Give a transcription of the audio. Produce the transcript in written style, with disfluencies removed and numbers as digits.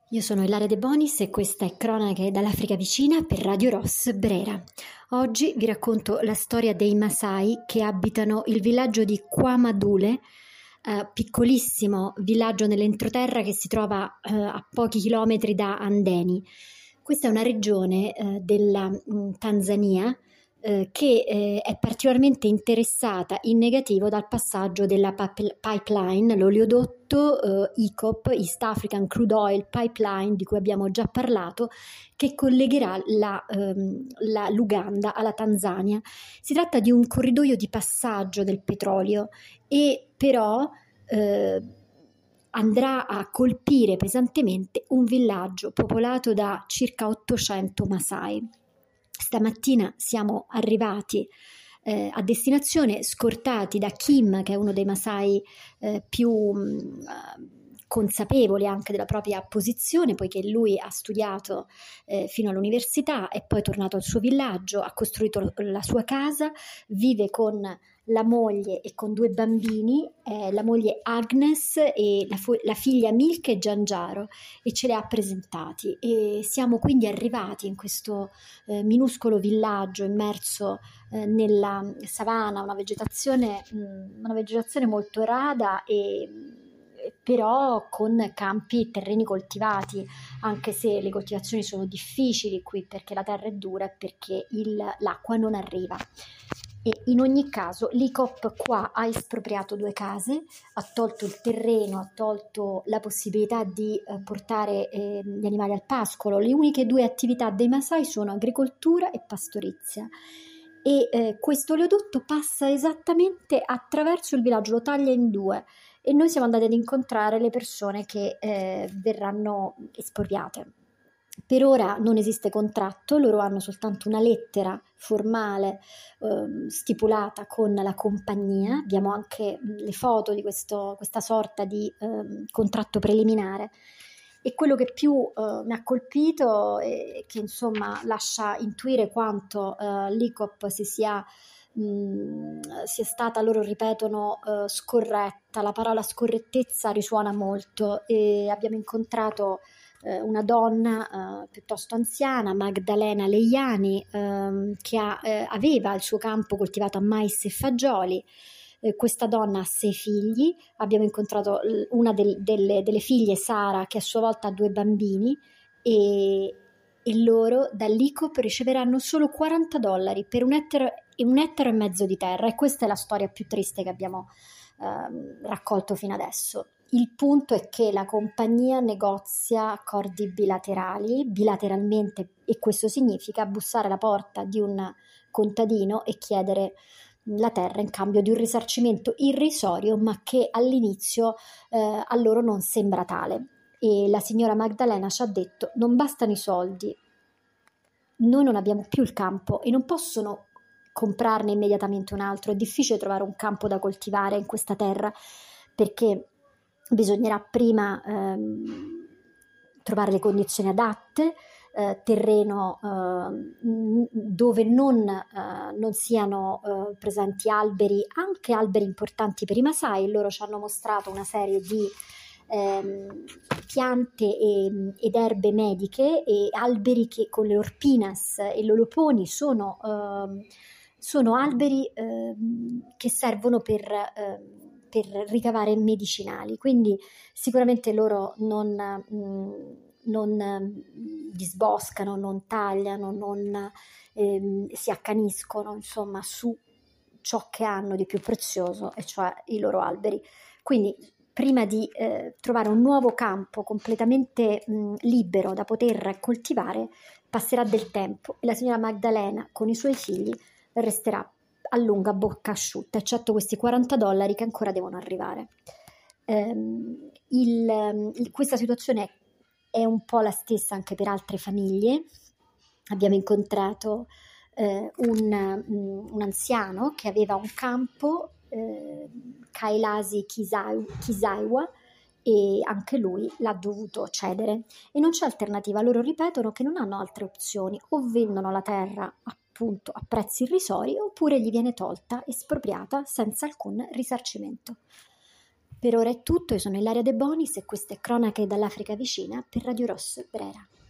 Io sono Ilaria De Bonis e questa è Cronache dall'Africa vicina per Radio Ross Brera. Oggi vi racconto la storia dei Masai che abitano il villaggio di Kwamadule, piccolissimo villaggio nell'entroterra che si trova a pochi chilometri da Andeni. Questa è una regione della Tanzania che è particolarmente interessata in negativo dal passaggio della pipeline, l'oleodotto EACOP, East African Crude Oil Pipeline, di cui abbiamo già parlato, che collegherà l'Uganda alla Tanzania. Si tratta di un corridoio di passaggio del petrolio e però andrà a colpire pesantemente un villaggio popolato da circa 800 Masai. Stamattina siamo arrivati a destinazione, scortati da Kim, che è uno dei Masai più consapevoli anche della propria posizione, poiché lui ha studiato fino all'università, è poi tornato al suo villaggio, ha costruito la sua casa, vive con la moglie e con due bambini, la moglie Agnes e la figlia Milk e Giangiaro, e ce li ha presentati. E siamo quindi arrivati in questo minuscolo villaggio immerso nella savana, una vegetazione molto rada e però con campi e terreni coltivati, anche se le coltivazioni sono difficili qui perché la terra è dura e perché l'acqua non arriva. E in ogni caso l'ICOP qua ha espropriato 2 case, ha tolto il terreno, ha tolto la possibilità di portare gli animali al pascolo. Le uniche 2 attività dei Masai sono agricoltura e pastorizia. E questo oleodotto passa esattamente attraverso il villaggio, lo taglia in 2, e noi siamo andati ad incontrare le persone che verranno espropriate. Per ora non esiste contratto, loro hanno soltanto una lettera formale stipulata con la compagnia. Abbiamo anche le foto di questa sorta di contratto preliminare. E quello che più mi ha colpito e che insomma lascia intuire quanto l'ICOP sia stata, loro ripetono, scorretta. La parola scorrettezza risuona molto, e abbiamo incontrato una donna piuttosto anziana, Magdalena Leiani, che aveva il suo campo coltivato a mais e fagioli. Questa donna ha 6 figli. Abbiamo incontrato una delle figlie, Sara, che a sua volta ha 2 bambini, e loro dall'ICOP riceveranno solo $40 per 1,5 ettari di terra, e questa è la storia più triste che abbiamo raccolto fino adesso. Il punto è che la compagnia negozia accordi bilateralmente, e questo significa bussare alla porta di un contadino e chiedere la terra in cambio di un risarcimento irrisorio, ma che all'inizio a loro non sembra tale. E la signora Magdalena ci ha detto: non bastano i soldi, noi non abbiamo più il campo e non possono comprarne immediatamente un altro, è difficile trovare un campo da coltivare in questa terra, perché bisognerà prima trovare le condizioni adatte, terreno dove non siano presenti alberi, anche alberi importanti per i Masai. Loro ci hanno mostrato una serie di piante ed erbe mediche e alberi che con le orpinas e l'oloponi sono alberi che servono per ricavare medicinali. Quindi sicuramente loro non disboscano, non tagliano, non si accaniscono, insomma, su ciò che hanno di più prezioso, e cioè i loro alberi. Quindi prima di trovare un nuovo campo completamente libero da poter coltivare, passerà del tempo, e la signora Magdalena con i suoi figli resterà a lungo a bocca asciutta, eccetto questi $40 che ancora devono arrivare. Questa situazione è un po' la stessa anche per altre famiglie. Abbiamo incontrato un anziano che aveva un campo, Kailasi Kisaiwa, e anche lui l'ha dovuto cedere, e non c'è alternativa. Loro ripetono che non hanno altre opzioni: o vendono la terra appunto a prezzi irrisori, oppure gli viene tolta, espropriata senza alcun risarcimento. Per ora è tutto, io sono Ilaria De Bonis e queste cronache dall'Africa vicina per Radio Rosso Brera.